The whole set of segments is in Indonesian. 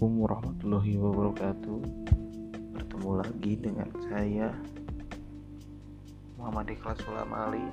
Assalamualaikum warahmatullahi wabarakatuh. Bertemu lagi dengan saya Muhammad Ikhlas Ulamali.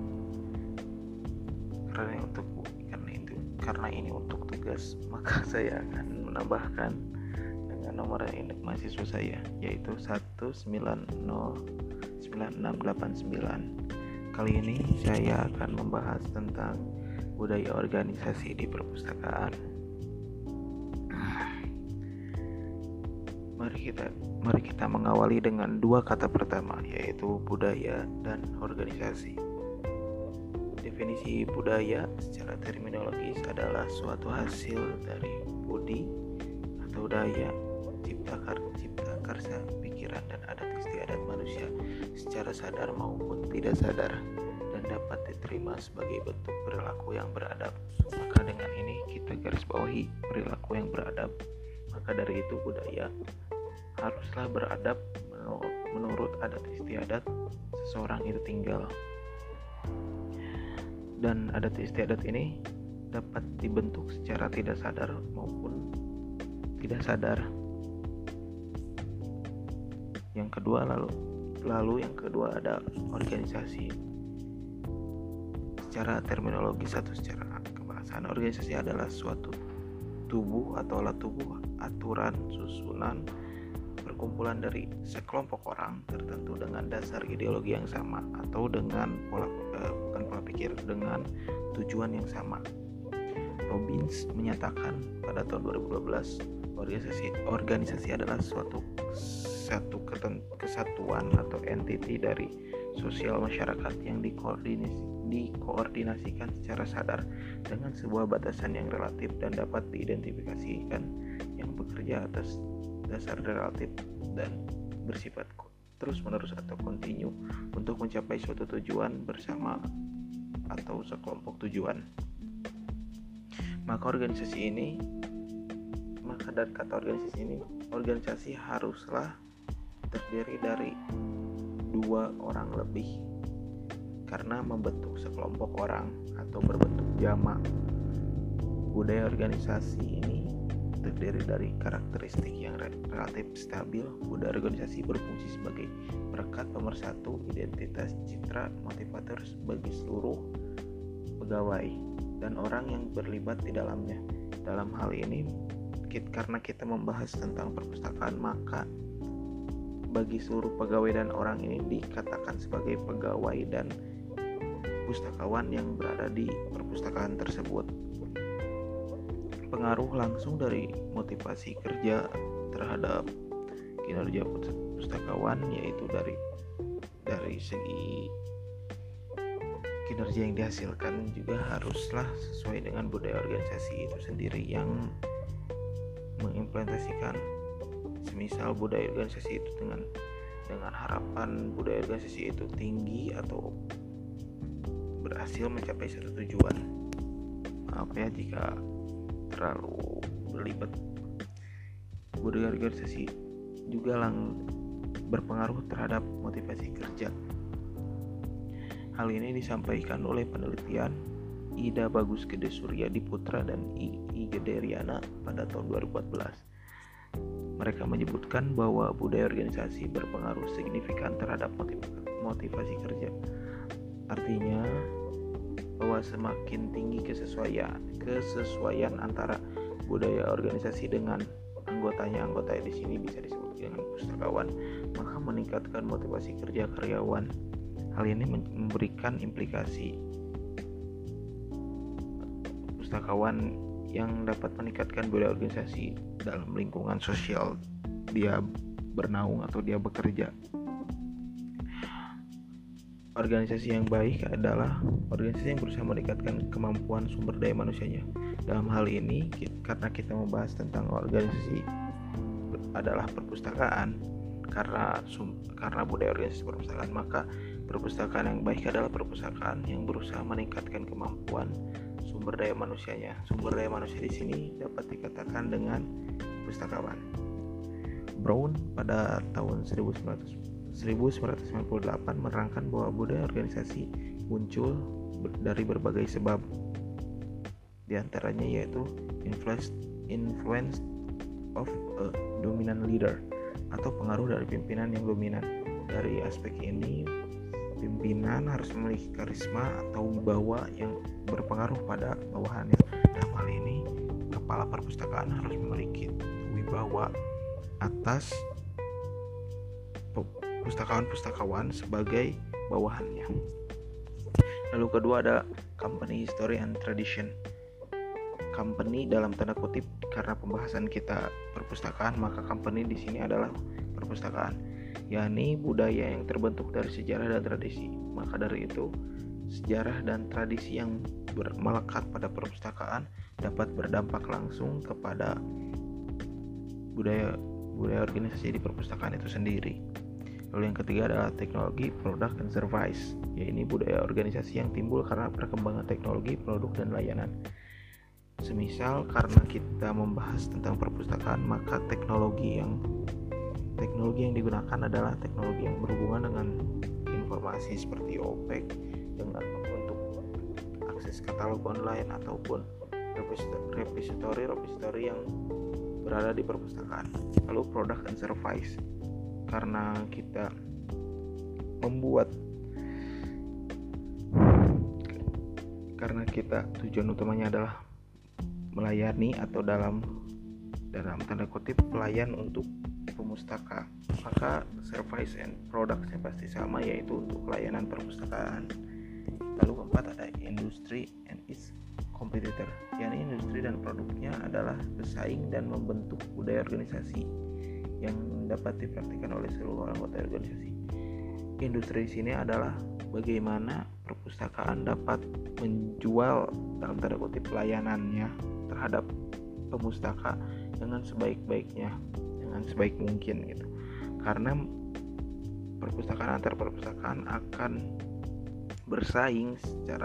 Karena ini untuk tugas, maka saya akan menambahkan dengan nomor induk mahasiswa saya, yaitu 1909689. Kali ini saya akan membahas tentang budaya organisasi di perpustakaan. Mari kita mengawali dengan dua kata pertama, yaitu budaya dan organisasi. Definisi budaya secara terminologis adalah suatu hasil dari budi atau daya, cipta karsa, pikiran dan adat istiadat manusia secara sadar maupun tidak sadar, dan dapat diterima sebagai bentuk perilaku yang beradab. Maka dengan ini kita garis bawahi perilaku yang beradab. Maka dari itu budaya haruslah beradab menurut adat istiadat seseorang itu tinggal. Dan adat istiadat ini dapat dibentuk secara tidak sadar maupun tidak sadar. Yang kedua ada organisasi. Secara terminologis atau secara kebahasaan, organisasi adalah suatu tubuh atau alat tubuh, aturan, susunan, perkumpulan dari sekelompok orang tertentu dengan dasar ideologi yang sama atau dengan dengan tujuan yang sama. Robbins menyatakan pada tahun 2012, organisasi adalah satu kesatuan atau entiti dari sosial masyarakat yang dikoordinasikan secara sadar dengan sebuah batasan yang relatif dan dapat diidentifikasikan, yang bekerja atas dasar relatif dan bersifat terus-menerus atau kontinu untuk mencapai suatu tujuan bersama atau sekelompok tujuan. Maka dari kata organisasi ini, organisasi haruslah terdiri dari dua orang lebih, karena membentuk sekelompok orang atau berbentuk jamak. Budaya organisasi ini terdiri dari karakteristik yang relatif stabil. Budaya organisasi berfungsi sebagai perekat pemersatu identitas, citra, motivator bagi seluruh pegawai dan orang yang berlibat di dalamnya. Dalam hal ini, karena kita membahas tentang perpustakaan, maka bagi seluruh pegawai dan orang ini dikatakan sebagai pegawai dan pustakawan yang berada di perpustakaan tersebut. Pengaruh langsung dari motivasi kerja terhadap kinerja pustakawan, yaitu dari segi kinerja yang dihasilkan juga haruslah sesuai dengan budaya organisasi itu sendiri yang mengimplementasikan. Semisal budaya organisasi itu dengan harapan budaya organisasi itu tinggi atau berhasil mencapai satu tujuan. Maaf ya jika terlalu berlibat. Budaya organisasi juga berpengaruh terhadap motivasi kerja. Hal ini disampaikan oleh penelitian Ida Bagus Gede Surya Diputra dan I Gederiana pada tahun 2014. Mereka menyebutkan bahwa budaya organisasi berpengaruh signifikan terhadap motivasi kerja. Artinya bahwa semakin tinggi kesesuaian antara budaya organisasi dengan anggotanya di sini bisa disebut dengan pustakawan, maka meningkatkan motivasi kerja karyawan. Hal ini memberikan implikasi pustakawan yang dapat meningkatkan budaya organisasi dalam lingkungan sosial dia bernaung atau dia bekerja. Organisasi yang baik adalah organisasi yang berusaha meningkatkan kemampuan sumber daya manusianya. Dalam hal ini, karena kita membahas tentang organisasi adalah perpustakaan, karena budaya organisasi perpustakaan, maka perpustakaan yang baik adalah perpustakaan yang berusaha meningkatkan kemampuan sumber daya manusianya. Sumber daya manusia di sini dapat dikatakan dengan pustakawan. Brown pada tahun 1998 menerangkan bahwa budaya organisasi muncul dari berbagai sebab. Di antaranya yaitu influence of a dominant leader, atau pengaruh dari pimpinan yang dominan. Dari aspek ini, pimpinan harus memiliki karisma atau wibawa yang berpengaruh pada bawahannya. Dalam hal ini, kepala perpustakaan harus memiliki wibawa atas pustakawan-pustakawan sebagai bawahannya. Lalu kedua ada company history and tradition. Company dalam tanda kutip, karena pembahasan kita perpustakaan, maka company di sini adalah perpustakaan, yakni budaya yang terbentuk dari sejarah dan tradisi. Maka dari itu, sejarah dan tradisi yang melekat pada perpustakaan dapat berdampak langsung kepada budaya organisasi di perpustakaan itu sendiri. Lalu yang ketiga adalah teknologi, produk, dan service, yaitu budaya organisasi yang timbul karena perkembangan teknologi, produk, dan layanan. Semisal karena kita membahas tentang perpustakaan, maka teknologi yang digunakan adalah teknologi yang berhubungan dengan informasi seperti OPEC dengan untuk akses katalog online ataupun repository yang berada di perpustakaan. Lalu produk dan service, karena kita tujuan utamanya adalah melayani atau dalam tanda kutip pelayan untuk pemustaka, maka service and productnya pasti sama, yaitu untuk pelayanan perpustakaan. Lalu keempat ada industry and its competitor, yakni industri dan produknya adalah pesaing dan membentuk budaya organisasi yang dapat dipraktikkan oleh seluruh anggota organisasi. Industri di sini adalah bagaimana perpustakaan dapat menjual dalam tanda kutip pelayanannya terhadap pemustaka dengan sebaik-baiknya, dengan sebaik mungkin gitu. Karena perpustakaan antar perpustakaan akan bersaing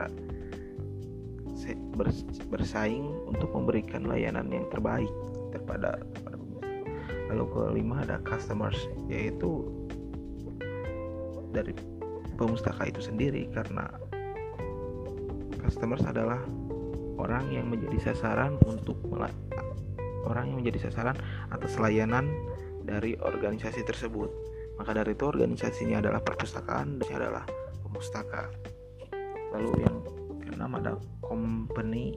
untuk memberikan layanan yang terbaik kepada pemustaka. Lalu kelima ada customers, yaitu dari pemustaka itu sendiri, karena customers adalah orang yang menjadi sasaran atas layanan dari organisasi tersebut. Maka dari itu organisasinya adalah perpustakaan dan adalah pemustaka. Lalu yang keenam ada company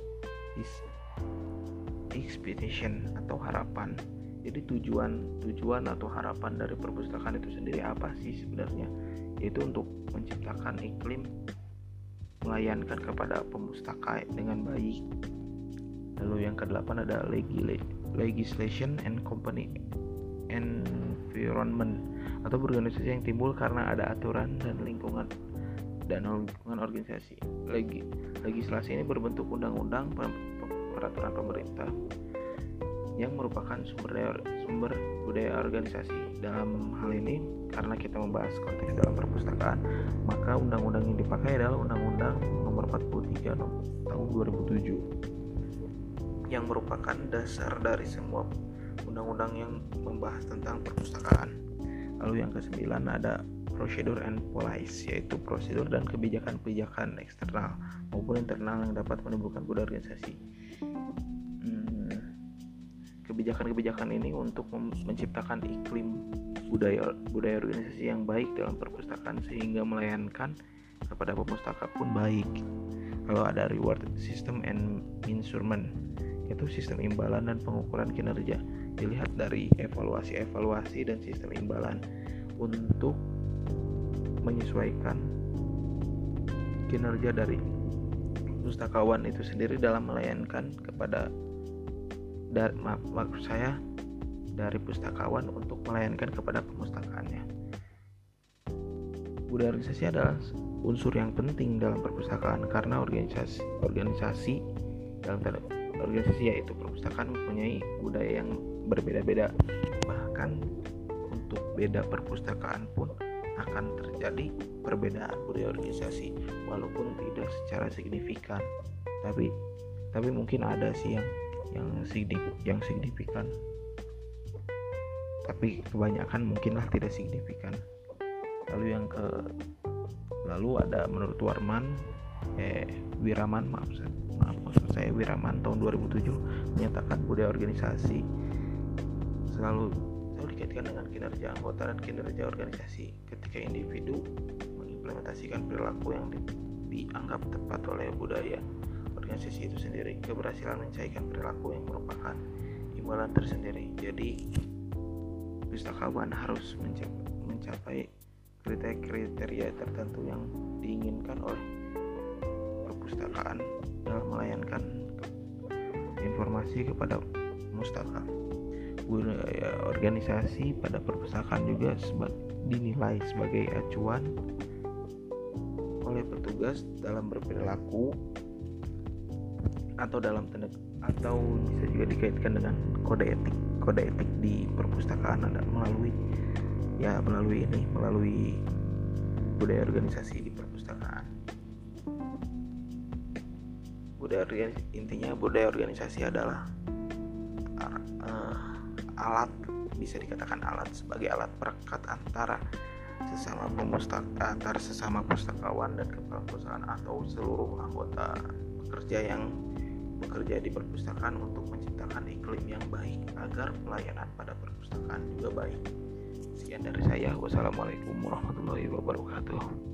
expectation atau harapan. Jadi tujuan atau harapan dari perpustakaan itu sendiri apa sih sebenarnya? Yaitu untuk menciptakan iklim melayankan kepada pemustaka dengan baik. Lalu yang kedelapan ada legislation and company environment, atau berorganisasi yang timbul karena ada aturan dan lingkungan organisasi. Legislasi ini berbentuk undang-undang, peraturan pemerintah yang merupakan sumber budaya organisasi. Dalam hal ini, karena kita membahas konteks dalam perpustakaan, maka undang-undang yang dipakai adalah Undang-Undang Nomor 43 Tahun 2007 yang merupakan dasar dari semua undang-undang yang membahas tentang perpustakaan. Lalu yang kesembilan ada procedure and policy, yaitu prosedur dan kebijakan-kebijakan eksternal maupun internal yang dapat menimbulkan budaya organisasi. Kebijakan-kebijakan ini untuk menciptakan iklim budaya organisasi yang baik dalam perpustakaan sehingga melayankan kepada pemustaka pun baik. Lalu ada reward system and measurement, yaitu sistem imbalan dan pengukuran kinerja. Dilihat dari evaluasi dan sistem imbalan untuk menyesuaikan kinerja dari pustakawan itu sendiri dalam melayankan kepada dari pustakawan untuk melayankan kepada pemustakaannya. Budaya organisasi adalah unsur yang penting dalam perpustakaan karena organisasi yaitu perpustakaan mempunyai budaya yang berbeda-beda. Bahkan untuk beda perpustakaan pun akan terjadi perbedaan budaya organisasi, walaupun tidak secara signifikan. Tapi mungkin ada sih yang signifikan, tapi kebanyakan mungkinlah tidak signifikan. Lalu ada menurut Wiraman tahun 2007 menyatakan budaya organisasi selalu dikaitkan dengan kinerja anggota dan kinerja organisasi. Ketika individu mengimplementasikan perilaku yang dianggap tepat oleh budaya organisasi itu sendiri, keberhasilan mencairkan perilaku yang merupakan imbalan tersendiri. Jadi pustakawan harus mencapai kriteria tertentu yang diinginkan oleh perpustakaan dalam melayangkan informasi kepada mustaka. Budaya organisasi pada perpustakaan juga dinilai sebagai acuan oleh petugas dalam berperilaku atau bisa juga dikaitkan dengan kode etik di perpustakaan ada melalui budaya organisasi di perpustakaan. Intinya budaya organisasi adalah alat, bisa dikatakan alat sebagai alat perekat antara sesama pustakawan dan kepala perusahaan atau seluruh anggota pekerja yang bekerja di perpustakaan untuk menciptakan iklim yang baik agar pelayanan pada perpustakaan juga baik. Sekian dari saya. Wassalamualaikum warahmatullahi wabarakatuh.